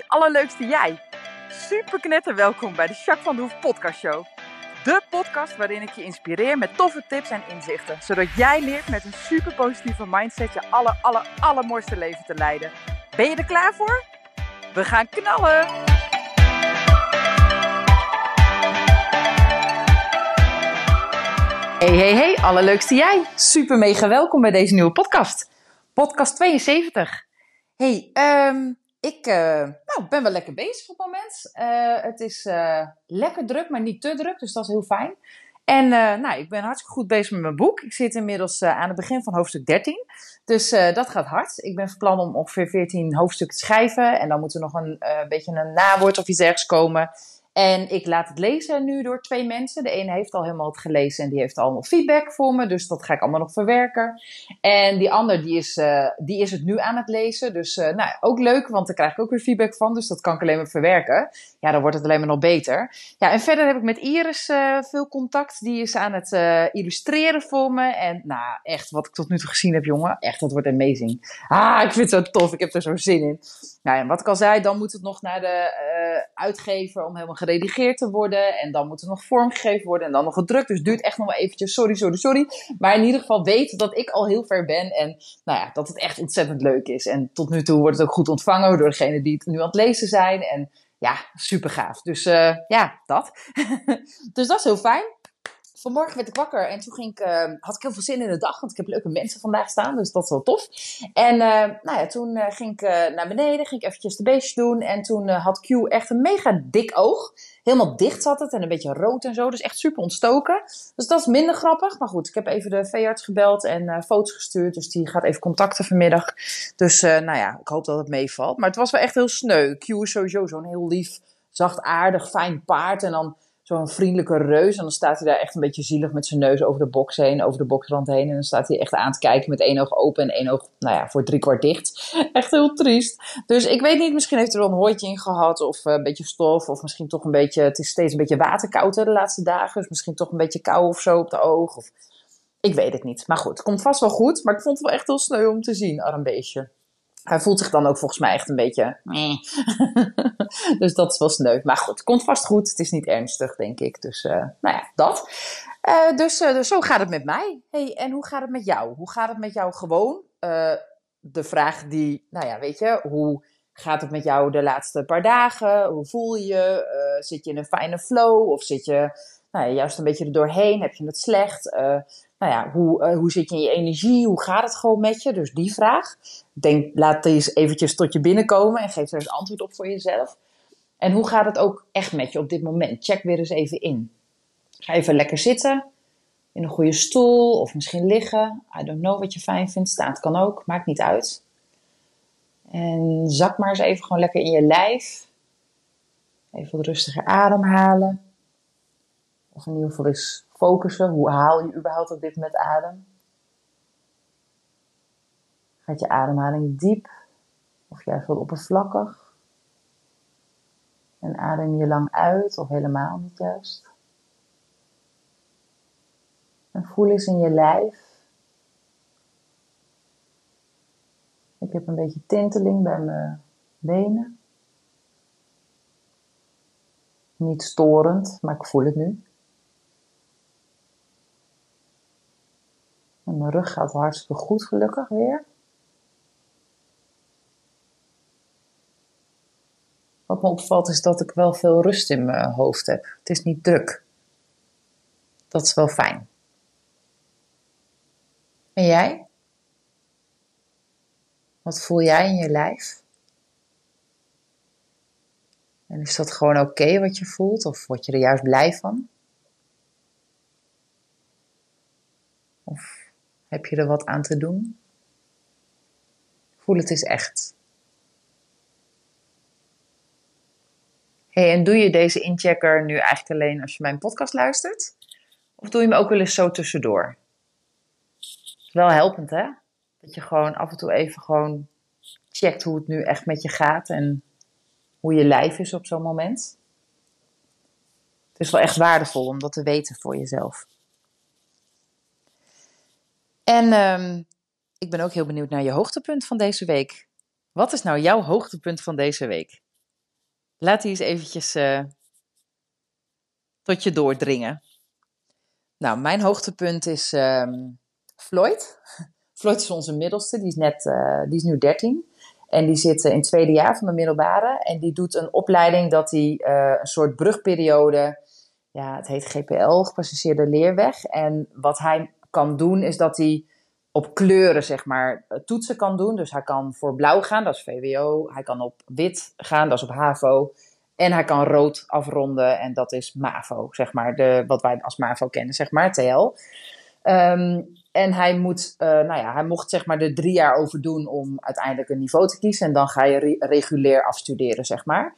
allerleukste jij. Super knetter welkom bij de Jacques van de Hoef podcast show. De podcast waarin ik je inspireer met toffe tips en inzichten. Zodat jij leert met een super positieve mindset je allermooiste leven te leiden. Ben je er klaar voor? We gaan knallen! Hey, allerleukste jij. Super mega welkom bij deze nieuwe podcast. Podcast 72. Ik ben wel lekker bezig op het moment. Het is lekker druk, maar niet te druk, dus dat is heel fijn. En ik ben hartstikke goed bezig met mijn boek. Ik zit inmiddels aan het begin van hoofdstuk 13. Dus dat gaat hard. Ik ben van plan om ongeveer 14 hoofdstukken te schrijven. En dan moet er nog een beetje een nawoord of iets ergens komen. En ik laat het lezen nu door 2 mensen. De ene heeft al helemaal het gelezen en die heeft allemaal feedback voor me. Dus dat ga ik allemaal nog verwerken. En die ander die is het nu aan het lezen. Dus ook leuk, want daar krijg ik ook weer feedback van. Dus dat kan ik alleen maar verwerken. Ja, dan wordt het alleen maar nog beter. Ja, en verder heb ik met Iris veel contact. Die is aan het illustreren voor me. En echt, wat ik tot nu toe gezien heb, jongen. Echt, dat wordt amazing. Ik vind het zo tof. Ik heb er zo zin in. Nou, en wat ik al zei, dan moet het nog naar de uitgever om helemaal geredigeerd te worden. En dan moet het nog vormgegeven worden en dan nog gedrukt. Dus het duurt echt nog wel eventjes. Sorry. Maar in ieder geval weet dat ik al heel ver ben. En dat het echt ontzettend leuk is. En tot nu toe wordt het ook goed ontvangen door degenen die het nu aan het lezen zijn. En ja, super gaaf. Dus dat. Dus dat is heel fijn. Vanmorgen werd ik wakker en toen had ik heel veel zin in de dag, want ik heb leuke mensen vandaag staan, dus dat is wel tof. En toen ging ik naar beneden, ging ik eventjes de beestjes doen en toen had Q echt een mega dik oog. Helemaal dicht zat het en een beetje rood en zo, dus echt super ontstoken. Dus dat is minder grappig, maar goed, ik heb even de veearts gebeld en foto's gestuurd, dus die gaat even contacten vanmiddag. Dus ik hoop dat het meevalt. Maar het was wel echt heel sneu. Q is sowieso zo'n heel lief, zachtaardig, fijn paard en dan zo'n vriendelijke reus. En dan staat hij daar echt een beetje zielig met zijn neus over de box heen, over de boksrand heen. En dan staat hij echt aan te kijken met 1 oog open en 1 oog, voor 3/4 dicht. Echt heel triest. Dus ik weet niet, misschien heeft er wel een hooitje in gehad of een beetje stof. Of misschien toch een beetje, het is steeds een beetje waterkoud de laatste dagen. Dus misschien toch een beetje kou of zo op de oog. Of, ik weet het niet. Maar goed, het komt vast wel goed. Maar ik vond het wel echt heel sneu om te zien, arm beestje. Hij voelt zich dan ook volgens mij echt een beetje dus dat is wel sneu. Maar goed, het komt vast goed. Het is niet ernstig, denk ik. Dus dat. Dus zo gaat het met mij. Hey, en hoe gaat het met jou? Hoe gaat het met jou gewoon? De vraag die, hoe gaat het met jou de laatste paar dagen? Hoe voel je? Zit je in een fijne flow? Of zit je juist een beetje er doorheen? Heb je het slecht? Hoe zit je in je energie? Hoe gaat het gewoon met je? Dus die vraag. Laat die eens eventjes tot je binnenkomen en geef er eens antwoord op voor jezelf. En hoe gaat het ook echt met je op dit moment? Check weer eens even in. Ga even lekker zitten. In een goede stoel of misschien liggen. I don't know wat je fijn vindt. Staat kan ook. Maakt niet uit. En zak maar eens even gewoon lekker in je lijf. Even wat rustiger ademhalen. Of in ieder geval eens focussen. Hoe haal je überhaupt op dit moment adem? Gaat je ademhaling diep of juist wat oppervlakkig? En adem je lang uit of helemaal niet juist? En voel eens in je lijf. Ik heb een beetje tinteling bij mijn benen. Niet storend, maar ik voel het nu. En mijn rug gaat hartstikke goed, gelukkig weer. Wat me opvalt is dat ik wel veel rust in mijn hoofd heb. Het is niet druk. Dat is wel fijn. En jij? Wat voel jij in je lijf? En is dat gewoon oké wat je voelt? Of word je er juist blij van? Of heb je er wat aan te doen? Voel het eens echt. Hey, en doe je deze inchecker nu eigenlijk alleen als je mijn podcast luistert? Of doe je hem ook wel eens zo tussendoor? Is wel helpend, hè? Dat je gewoon af en toe even gewoon checkt hoe het nu echt met je gaat en hoe je lijf is op zo'n moment. Het is wel echt waardevol om dat te weten voor jezelf. En ik ben ook heel benieuwd naar je hoogtepunt van deze week. Wat is nou jouw hoogtepunt van deze week? Laat die eens eventjes tot je doordringen. Nou, mijn hoogtepunt is Floyd. Floyd is onze middelste, die is nu 13. En die zit in het tweede jaar van de middelbare. En die doet een opleiding dat hij een soort brugperiode... Ja, het heet GPL, Gepassageerde Leerweg. En wat hij kan doen is dat hij op kleuren, zeg maar, toetsen kan doen. Dus hij kan voor blauw gaan, dat is VWO. Hij kan op wit gaan, dat is op HAVO. En hij kan rood afronden en dat is MAVO, zeg maar. Wat wij als MAVO kennen, zeg maar, TL. En hij mocht zeg maar er 3 jaar over doen om uiteindelijk een niveau te kiezen. En dan ga je regulair afstuderen, zeg maar.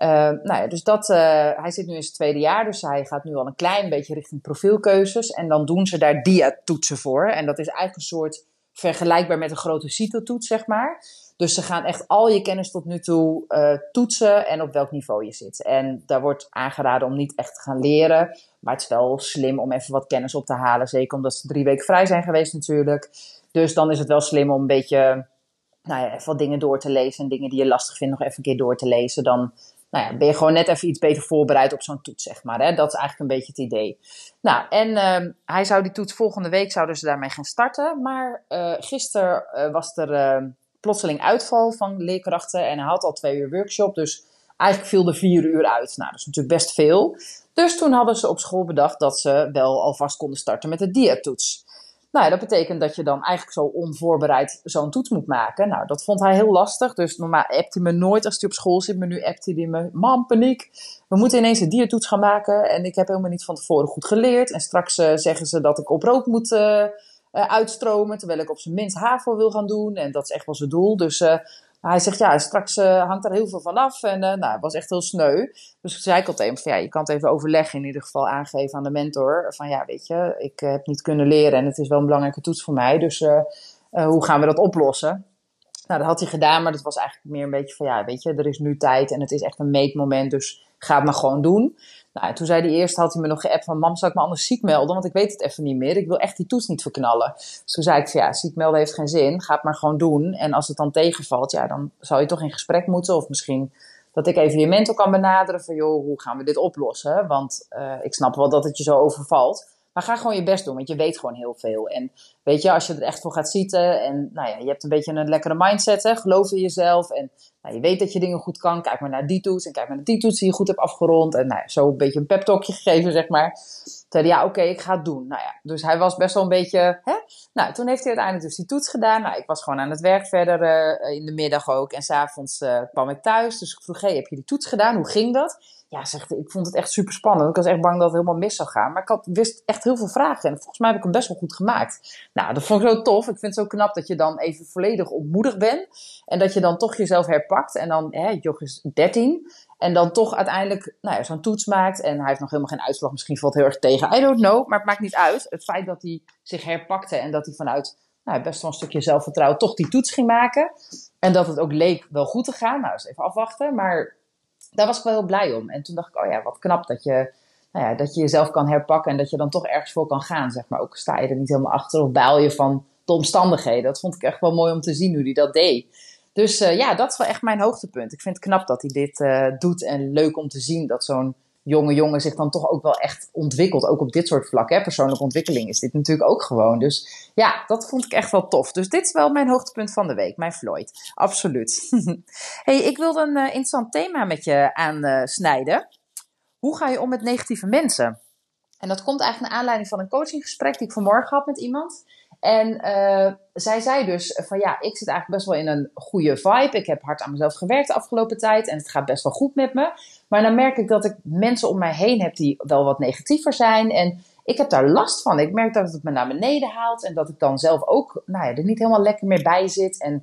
Dus hij zit nu in zijn tweede jaar, dus hij gaat nu al een klein beetje richting profielkeuzes. En dan doen ze daar dia-toetsen voor. En dat is eigenlijk een soort vergelijkbaar met een grote CITO-toets, zeg maar. Dus ze gaan echt al je kennis tot nu toe toetsen en op welk niveau je zit. En daar wordt aangeraden om niet echt te gaan leren. Maar het is wel slim om even wat kennis op te halen. Zeker omdat ze 3 weken vrij zijn geweest natuurlijk. Dus dan is het wel slim om een beetje even wat dingen door te lezen. En dingen die je lastig vindt nog even een keer door te lezen. Dan ben je gewoon net even iets beter voorbereid op zo'n toets, zeg maar. Hè? Dat is eigenlijk een beetje het idee. Nou, en hij zou die toets volgende week zouden ze daarmee gaan starten. Maar gisteren was er plotseling uitval van leerkrachten. En hij had al 2 uur workshop. Dus eigenlijk viel er 4 uur uit. Nou, dat is natuurlijk best veel. Dus toen hadden ze op school bedacht dat ze wel alvast konden starten met de dia-toets. Nou ja, dat betekent dat je dan eigenlijk zo onvoorbereid zo'n toets moet maken. Nou, dat vond hij heel lastig. Dus normaal appt hij me nooit als hij op school zit. Maar nu appt hij me, mam, paniek. We moeten ineens een dia-toets gaan maken. En ik heb helemaal niet van tevoren goed geleerd. En straks zeggen ze dat ik op rook moet uitstromen. Terwijl ik op zijn minst HAVO wil gaan doen. En dat is echt wel zijn doel. Dus hij zegt, ja, straks hangt er heel veel van af. En het was echt heel sneu. Dus ik zei al tegen hem, van, je kan het even overleggen. In ieder geval aangeven aan de mentor. Van ja, weet je, ik heb niet kunnen leren. En het is wel een belangrijke toets voor mij. Dus hoe gaan we dat oplossen? Nou, dat had hij gedaan. Maar dat was eigenlijk meer een beetje van, ja, weet je, er is nu tijd. En het is echt een meetmoment. Dus ga het maar gewoon doen. Nou, en toen zei hij eerst, had hij me nog geappt van, mam, zal ik me anders ziek melden? Want ik weet het even niet meer. Ik wil echt die toets niet verknallen. Dus toen zei ik van, ja, ziek melden heeft geen zin. Ga het maar gewoon doen. En als het dan tegenvalt, ja, dan zou je toch in gesprek moeten. Of misschien dat ik even je mentor kan benaderen van, joh, hoe gaan we dit oplossen? Want ik snap wel dat het je zo overvalt. Maar ga gewoon je best doen, want je weet gewoon heel veel. En weet je, als je er echt voor gaat zitten en je hebt een beetje een lekkere mindset, hè, geloof in jezelf. En je weet dat je dingen goed kan. Kijk maar naar die toets en kijk maar naar die toets die je goed hebt afgerond. En zo een beetje een pep talkje gegeven, zeg maar. Toen zei hij, oké, ik ga het doen. Dus hij was best wel een beetje, hè. Nou, toen heeft hij uiteindelijk dus die toets gedaan. Nou, ik was gewoon aan het werk verder in de middag ook. En 's avonds kwam ik thuis. Dus ik vroeg, heb je die toets gedaan? Hoe ging dat? Ja, zegt hij, ik vond het echt super spannend. Ik was echt bang dat het helemaal mis zou gaan. Maar ik wist echt heel veel vragen. En volgens mij heb ik hem best wel goed gemaakt. Nou, dat vond ik zo tof. Ik vind het zo knap dat je dan even volledig ontmoedigd bent. En dat je dan toch jezelf herpakt. En dan, Jog is 13. En dan toch uiteindelijk zo'n toets maakt. En hij heeft nog helemaal geen uitslag. Misschien valt heel erg tegen. I don't know. Maar het maakt niet uit. Het feit dat hij zich herpakte. En dat hij vanuit best wel een stukje zelfvertrouwen toch die toets ging maken. En dat het ook leek wel goed te gaan. Nou, dus even afwachten. Maar daar was ik wel heel blij om. En toen dacht ik, wat knap dat je, dat je jezelf kan herpakken. En dat je dan toch ergens voor kan gaan, zeg maar. Ook sta je er niet helemaal achter of baal je van de omstandigheden. Dat vond ik echt wel mooi om te zien hoe hij dat deed. Dus dat is wel echt mijn hoogtepunt. Ik vind het knap dat hij dit doet. En leuk om te zien dat zo'n jonge jongen zich dan toch ook wel echt ontwikkelt. Ook op dit soort vlakken. Hè? Persoonlijke ontwikkeling is dit natuurlijk ook gewoon. Dus ja, dat vond ik echt wel tof. Dus dit is wel mijn hoogtepunt van de week. Mijn Floyd. Absoluut. Hey, ik wilde een interessant thema met je aansnijden. Hoe ga je om met negatieve mensen? En dat komt eigenlijk naar aanleiding van een coachinggesprek die ik vanmorgen had met iemand. En zij zei dus van ik zit eigenlijk best wel in een goede vibe. Ik heb hard aan mezelf gewerkt de afgelopen tijd en het gaat best wel goed met me. Maar dan merk ik dat ik mensen om mij heen heb die wel wat negatiever zijn. En ik heb daar last van. Ik merk dat het me naar beneden haalt en dat ik dan zelf ook er niet helemaal lekker meer bij zit. En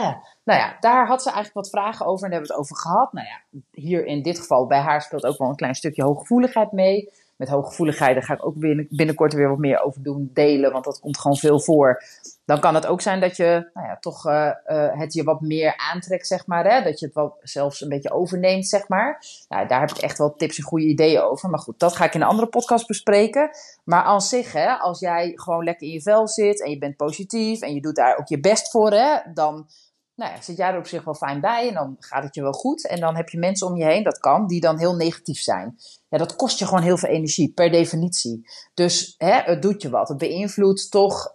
daar had ze eigenlijk wat vragen over en daar hebben we het over gehad. Hier in dit geval bij haar speelt ook wel een klein stukje hooggevoeligheid mee. Met hooggevoeligheid, daar ga ik ook binnenkort weer wat meer over delen, want dat komt gewoon veel voor. Dan kan het ook zijn dat je toch het je wat meer aantrekt, zeg maar. Hè? Dat je het wel zelfs een beetje overneemt, zeg maar. Daar heb ik echt wel tips en goede ideeën over. Maar goed, dat ga ik in een andere podcast bespreken. Maar aan zich, als jij gewoon lekker in je vel zit en je bent positief en je doet daar ook je best voor, dan nou ja, zit jij er op zich wel fijn bij en dan gaat het je wel goed. En dan heb je mensen om je heen, dat kan, die dan heel negatief zijn. Ja, dat kost je gewoon heel veel energie, per definitie. Dus het doet je wat. Het beïnvloedt toch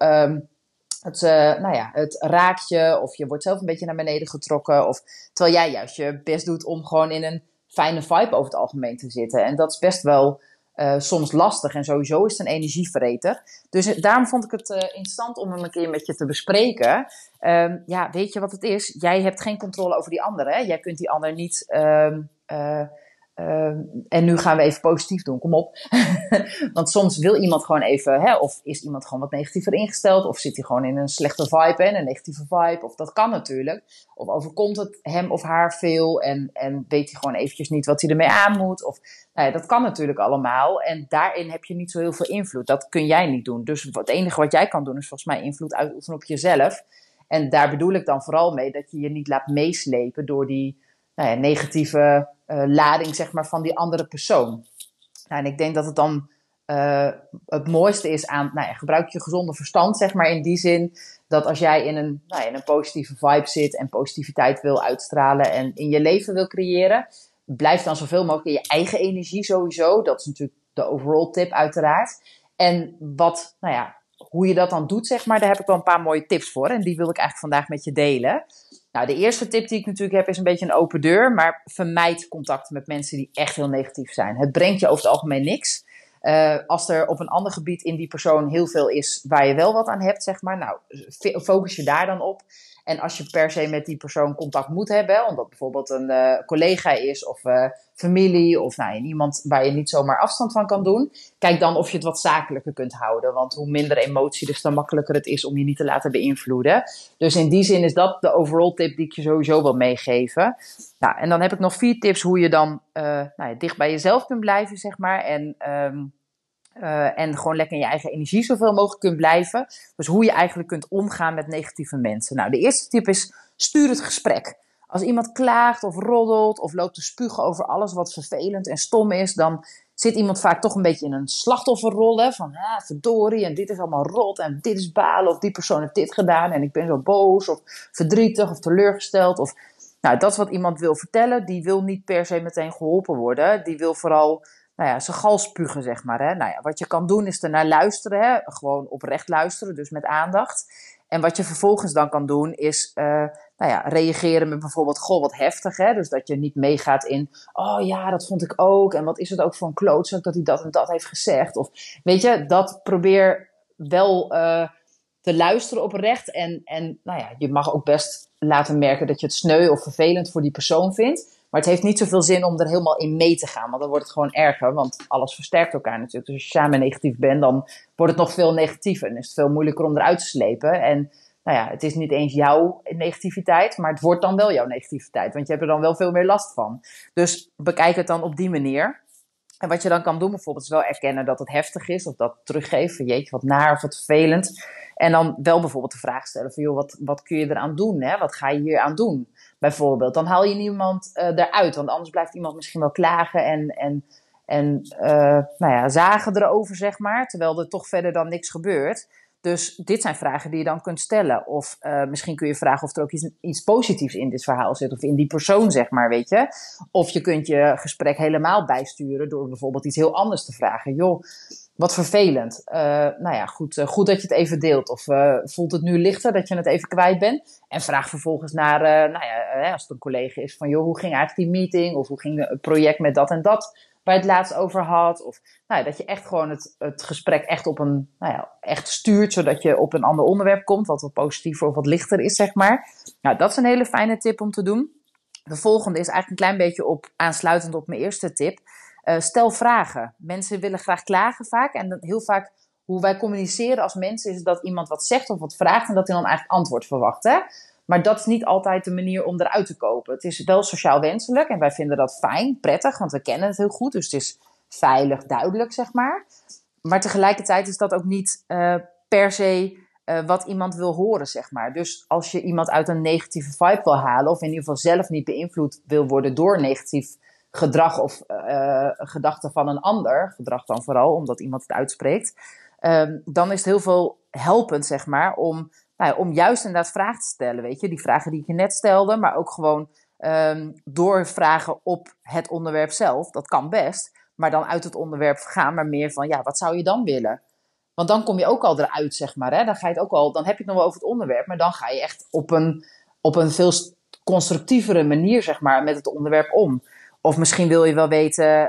het raakt je of je wordt zelf een beetje naar beneden getrokken. Of, terwijl jij juist je best doet om gewoon in een fijne vibe over het algemeen te zitten. En dat is best wel soms lastig en sowieso is het een energieverreter. Dus daarom vond ik het interessant om hem een keer met je te bespreken. Weet je wat het is? Jij hebt geen controle over die ander. Hè? Jij kunt die ander niet... en nu gaan we even positief doen, kom op. Want soms wil iemand gewoon even, of is iemand gewoon wat negatiever ingesteld, of zit hij gewoon in een slechte vibe, een negatieve vibe, of dat kan natuurlijk. Of overkomt het hem of haar veel en weet hij gewoon eventjes niet wat hij ermee aan moet. Of, dat kan natuurlijk allemaal en daarin heb je niet zo heel veel invloed. Dat kun jij niet doen. Dus het enige wat jij kan doen is volgens mij invloed uitoefenen op jezelf. En daar bedoel ik dan vooral mee dat je je niet laat meeslepen door die negatieve lading zeg maar, van die andere persoon. En ik denk dat het dan het mooiste is aan, gebruik je gezonde verstand, zeg maar, in die zin dat als jij in een positieve vibe zit en positiviteit wil uitstralen en in je leven wil creëren, blijf dan zoveel mogelijk in je eigen energie sowieso. Dat is natuurlijk de overall tip uiteraard. En hoe je dat dan doet, zeg maar, daar heb ik wel een paar mooie tips voor en die wil ik eigenlijk vandaag met je delen. Nou, de eerste tip die ik natuurlijk heb is een beetje een open deur, maar vermijd contacten met mensen die echt heel negatief zijn. Het brengt je over het algemeen niks. Als er op een ander gebied in die persoon heel veel is waar je wel wat aan hebt, zeg maar, focus je daar dan op. En als je per se met die persoon contact moet hebben, omdat bijvoorbeeld een collega is of familie of iemand waar je niet zomaar afstand van kan doen, kijk dan of je het wat zakelijker kunt houden. Want hoe minder emotie, dus dan makkelijker het is om je niet te laten beïnvloeden. Dus in die zin is dat de overall tip die ik je sowieso wil meegeven. Nou, en dan heb ik nog 4 tips hoe je dan dicht bij jezelf kunt blijven, zeg maar. En gewoon lekker in je eigen energie zoveel mogelijk kunt blijven. Dus hoe je eigenlijk kunt omgaan met negatieve mensen. Nou, de eerste tip is, stuur het gesprek. Als iemand klaagt of roddelt of loopt te spugen over alles wat vervelend en stom is, dan zit iemand vaak toch een beetje in een slachtofferrol. Hè, van, verdorie, en dit is allemaal rot en dit is balen of die persoon heeft dit gedaan en ik ben zo boos of verdrietig of teleurgesteld. Of, dat is wat iemand wil vertellen. Die wil niet per se meteen geholpen worden. Die wil vooral zijn gal spugen, zeg maar. Hè. Wat je kan doen is ernaar luisteren. Hè. Gewoon oprecht luisteren, dus met aandacht. En wat je vervolgens dan kan doen is reageren met bijvoorbeeld, goh, wat heftig. Hè. Dus dat je niet meegaat in, oh ja, dat vond ik ook. En wat is het ook voor een klootzak dat hij dat en dat heeft gezegd. Of weet je, dat probeer wel te luisteren oprecht. En je mag ook best laten merken dat je het sneu of vervelend voor die persoon vindt. Maar het heeft niet zoveel zin om er helemaal in mee te gaan. Want dan wordt het gewoon erger. Want alles versterkt elkaar natuurlijk. Dus als je samen negatief bent, dan wordt het nog veel negatiever. En is het veel moeilijker om eruit te slepen. En het is niet eens jouw negativiteit. Maar het wordt dan wel jouw negativiteit. Want je hebt er dan wel veel meer last van. Dus bekijk het dan op die manier. En wat je dan kan doen bijvoorbeeld is wel erkennen dat het heftig is. Of dat teruggeven. Jeetje, wat naar of wat vervelend. En dan wel bijvoorbeeld de vraag stellen van, joh, wat kun je eraan doen? Hè? Wat ga je hier aan doen? Bijvoorbeeld, dan haal je niemand eruit. Want anders blijft iemand misschien wel klagen en zagen erover, zeg maar. Terwijl er toch verder dan niks gebeurt. Dus dit zijn vragen die je dan kunt stellen. Of misschien kun je vragen of er ook iets positiefs in dit verhaal zit. Of in die persoon, zeg maar, weet je. Of je kunt je gesprek helemaal bijsturen door bijvoorbeeld iets heel anders te vragen. Joh, wat vervelend. Goed dat je het even deelt. Of voelt het nu lichter dat je het even kwijt bent? En vraag vervolgens naar, als het een collega is, van joh, hoe ging eigenlijk die meeting? Of hoe ging het project met dat en dat waar je het laatst over had? Of dat je echt gewoon het gesprek echt op een, echt stuurt, zodat je op een ander onderwerp komt, wat positiever of wat lichter is, zeg maar. Nou, dat is een hele fijne tip om te doen. De volgende is eigenlijk een klein beetje aansluitend op mijn eerste tip. Stel vragen. Mensen willen graag klagen vaak. En heel vaak hoe wij communiceren als mensen is dat iemand wat zegt of wat vraagt en dat hij dan eigenlijk antwoord verwacht. Hè? Maar dat is niet altijd de manier om eruit te kopen. Het is wel sociaal wenselijk en wij vinden dat fijn, prettig, want we kennen het heel goed. Dus het is veilig, duidelijk, zeg maar. Maar tegelijkertijd is dat ook niet per se wat iemand wil horen, zeg maar. Dus als je iemand uit een negatieve vibe wil halen, of in ieder geval zelf niet beïnvloed wil worden door negatief gedrag of gedachten van een ander, gedrag dan vooral, omdat iemand het uitspreekt, dan is het heel veel helpend, zeg maar, om nou ja, om juist inderdaad vragen te stellen, weet je. Die vragen die ik je net stelde, maar ook gewoon doorvragen op het onderwerp zelf. Dat kan best, maar dan uit het onderwerp gaan, maar meer van, ja, wat zou je dan willen? Want dan kom je ook al eruit, zeg maar. Hè? Dan ga je het ook al, dan heb je het nog wel over het onderwerp, maar dan ga je echt op een veel constructievere manier, zeg maar, met het onderwerp om. Of misschien wil je wel weten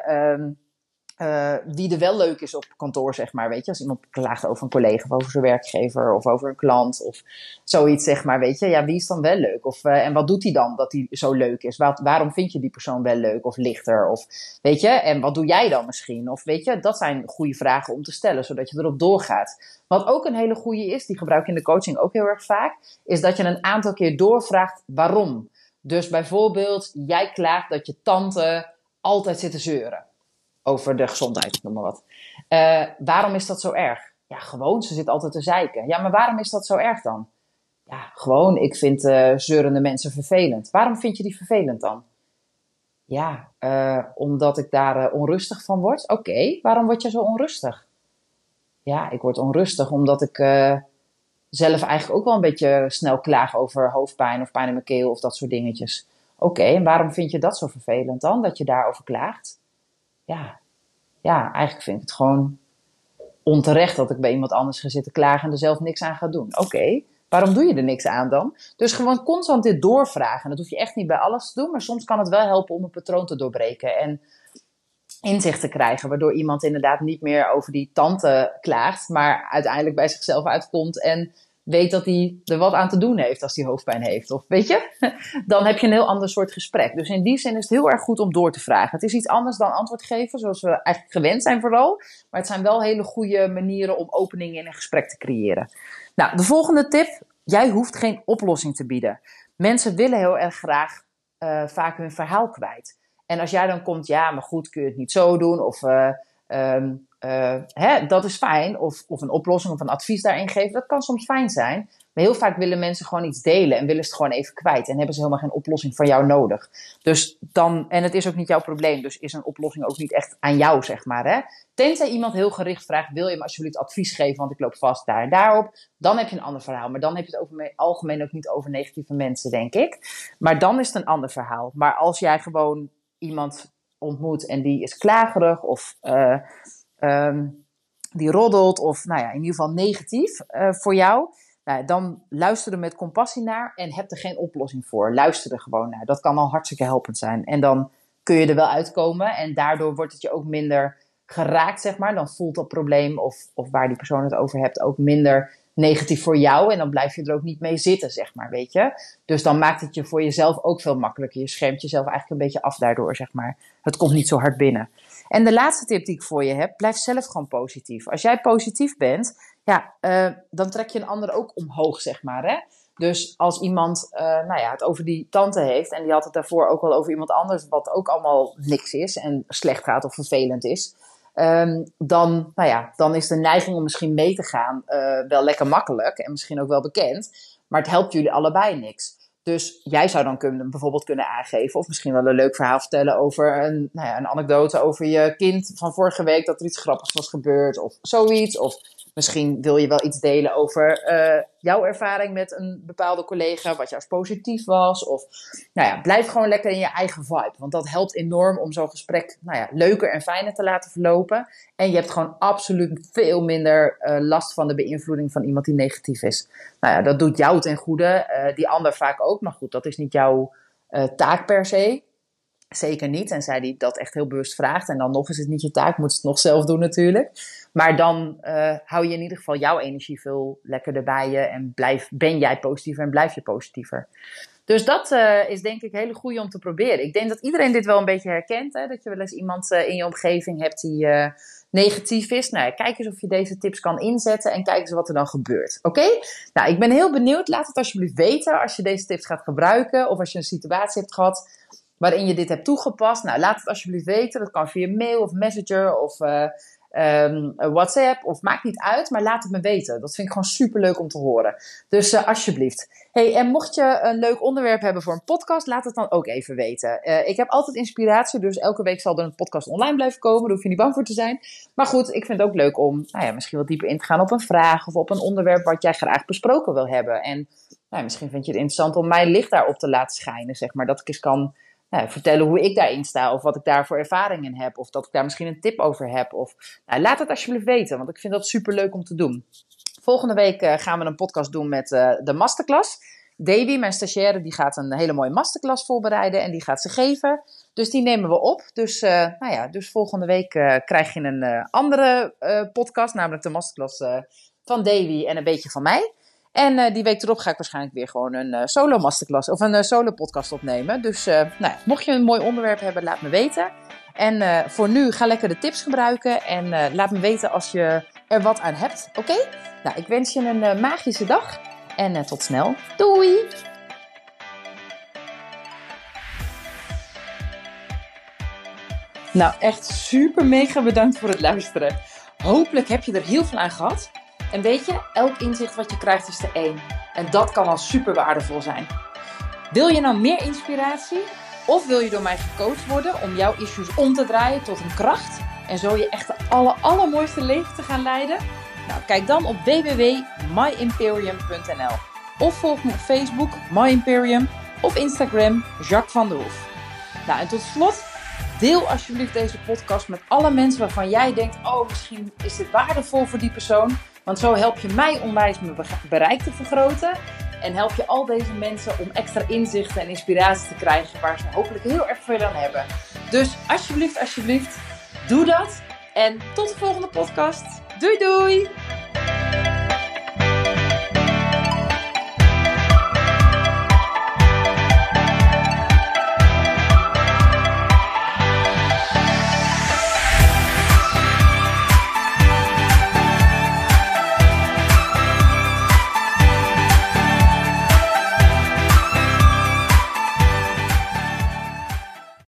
wie er wel leuk is op kantoor, zeg maar. Weet je, als iemand klaagt over een collega of over zijn werkgever of over een klant of zoiets, zeg maar. Weet je, ja, wie is dan wel leuk? Of, en wat doet hij dan dat hij zo leuk is? Waarom vind je die persoon wel leuk of lichter? Of, weet je, en wat doe jij dan misschien? Of weet je, dat zijn goede vragen om te stellen, zodat je erop doorgaat. Wat ook een hele goede is, die gebruik ik in de coaching ook heel erg vaak, is dat je een aantal keer doorvraagt waarom. Dus bijvoorbeeld, jij klaagt dat je tante altijd zit te zeuren over de gezondheid, noem maar wat. Waarom is dat zo erg? Ja, gewoon, ze zit altijd te zeiken. Ja, maar waarom is dat zo erg dan? Ja, gewoon, ik vind zeurende mensen vervelend. Waarom vind je die vervelend dan? Ja, omdat ik daar onrustig van word. Oké, waarom word je zo onrustig? Ja, ik word onrustig omdat ik zelf eigenlijk ook wel een beetje snel klaag over hoofdpijn of pijn in mijn keel of dat soort dingetjes. Oké, en waarom vind je dat zo vervelend dan, dat je daarover klaagt? Ja, eigenlijk vind ik het gewoon onterecht dat ik bij iemand anders ga zitten klagen en er zelf niks aan ga doen. Oké, waarom doe je er niks aan dan? Dus gewoon constant dit doorvragen. Dat hoef je echt niet bij alles te doen, maar soms kan het wel helpen om een patroon te doorbreken en inzicht te krijgen, waardoor iemand inderdaad niet meer over die tante klaagt, maar uiteindelijk bij zichzelf uitkomt en weet dat hij er wat aan te doen heeft als hij hoofdpijn heeft. Of weet je, dan heb je een heel ander soort gesprek. Dus in die zin is het heel erg goed om door te vragen. Het is iets anders dan antwoord geven, zoals we eigenlijk gewend zijn vooral. Maar het zijn wel hele goede manieren om openingen in een gesprek te creëren. Nou, de volgende tip. Jij hoeft geen oplossing te bieden. Mensen willen heel erg graag vaak hun verhaal kwijt. En als jij dan komt, ja, maar goed, kun je het niet zo doen? Of dat is fijn. Of een oplossing of een advies daarin geven. Dat kan soms fijn zijn. Maar heel vaak willen mensen gewoon iets delen. En willen ze het gewoon even kwijt. En hebben ze helemaal geen oplossing van jou nodig. Dus dan, en het is ook niet jouw probleem. Dus is een oplossing ook niet echt aan jou, zeg maar. Hè? Tenzij iemand heel gericht vraagt, wil je me alsjeblieft advies geven? Want ik loop vast daar en daarop. Dan heb je een ander verhaal. Maar dan heb je het over het algemeen ook niet over negatieve mensen, denk ik. Maar dan is het een ander verhaal. Maar als jij gewoon iemand ontmoet en die is klagerig of die roddelt of nou ja, in ieder geval negatief voor jou, nou, dan luister er met compassie naar en heb er geen oplossing voor. Luister er gewoon naar. Dat kan al hartstikke helpend zijn. En dan kun je er wel uitkomen en daardoor wordt het je ook minder geraakt, zeg maar. Dan voelt dat probleem of waar die persoon het over hebt ook minder negatief voor jou en dan blijf je er ook niet mee zitten, zeg maar, weet je. Dus dan maakt het je voor jezelf ook veel makkelijker. Je schermt jezelf eigenlijk een beetje af daardoor, zeg maar. Het komt niet zo hard binnen. En de laatste tip die ik voor je heb, blijf zelf gewoon positief. Als jij positief bent, ja, dan trek je een ander ook omhoog, zeg maar, hè. Dus als iemand het over die tante heeft en die had het daarvoor ook al over iemand anders wat ook allemaal niks is en slecht gaat of vervelend is, dan is de neiging om misschien mee te gaan wel lekker makkelijk en misschien ook wel bekend. Maar het helpt jullie allebei niks. Dus jij zou dan bijvoorbeeld kunnen aangeven of misschien wel een leuk verhaal vertellen over een anekdote over je kind van vorige week dat er iets grappigs was gebeurd of zoiets. Of misschien wil je wel iets delen over jouw ervaring met een bepaalde collega, wat juist positief was. Of blijf gewoon lekker in je eigen vibe. Want dat helpt enorm om zo'n gesprek leuker en fijner te laten verlopen. En je hebt gewoon absoluut veel minder last van de beïnvloeding van iemand die negatief is. Dat doet jou ten goede, die ander vaak ook. Maar goed, dat is niet jouw taak per se. Zeker niet, tenzij die dat echt heel bewust vraagt. En dan nog is het niet je taak, moet het nog zelf doen natuurlijk. Maar dan hou je in ieder geval jouw energie veel lekkerder bij je. En ben jij positiever en blijf je positiever. Dus dat is denk ik een hele goede om te proberen. Ik denk dat iedereen dit wel een beetje herkent. Hè? Dat je wel eens iemand in je omgeving hebt die negatief is. Kijk eens of je deze tips kan inzetten. En kijk eens wat er dan gebeurt. Oké? Nou, ik ben heel benieuwd. Laat het alsjeblieft weten als je deze tips gaat gebruiken. Of als je een situatie hebt gehad waarin je dit hebt toegepast. Laat het alsjeblieft weten. Dat kan via mail of messenger of WhatsApp of maakt niet uit, maar laat het me weten. Dat vind ik gewoon super leuk om te horen. Dus alsjeblieft. Hey, en mocht je een leuk onderwerp hebben voor een podcast, laat het dan ook even weten. Ik heb altijd inspiratie, dus elke week zal er een podcast online blijven komen. Daar hoef je niet bang voor te zijn. Maar goed, ik vind het ook leuk om misschien wat dieper in te gaan op een vraag of op een onderwerp wat jij graag besproken wil hebben. En misschien vind je het interessant om mijn licht daarop te laten schijnen, zeg maar. Dat ik eens kan vertellen hoe ik daarin sta of wat ik daar voor ervaringen heb. Of dat ik daar misschien een tip over heb. Of, laat het alsjeblieft weten, want ik vind dat super leuk om te doen. Volgende week gaan we een podcast doen met de masterclass. Davy, mijn stagiaire, die gaat een hele mooie masterclass voorbereiden en die gaat ze geven. Dus die nemen we op. Dus, dus volgende week krijg je een andere podcast, namelijk de masterclass van Davy en een beetje van mij. En die week erop ga ik waarschijnlijk weer gewoon een solo masterclass of een solo podcast opnemen. Dus mocht je een mooi onderwerp hebben, laat me weten. En voor nu, ga lekker de tips gebruiken en laat me weten als je er wat aan hebt. Oké? Nou, ik wens je een magische dag en tot snel. Doei! Nou, echt super mega bedankt voor het luisteren. Hopelijk heb je er heel veel aan gehad. En weet je, elk inzicht wat je krijgt is er één. En dat kan al super waardevol zijn. Wil je nou meer inspiratie? Of wil je door mij gecoacht worden om jouw issues om te draaien tot een kracht? En zo je echt de allermooiste leven te gaan leiden? Nou, kijk dan op www.myimperium.nl. Of volg me op Facebook, My Imperium, of Instagram, Jacques van der Hoef. Nou, en tot slot, deel alsjeblieft deze podcast met alle mensen waarvan jij denkt, misschien is dit waardevol voor die persoon. Want zo help je mij onwijs mijn bereik te vergroten. En help je al deze mensen om extra inzichten en inspiratie te krijgen waar ze hopelijk heel erg veel aan hebben. Dus alsjeblieft, doe dat. En tot de volgende podcast. Doei doei!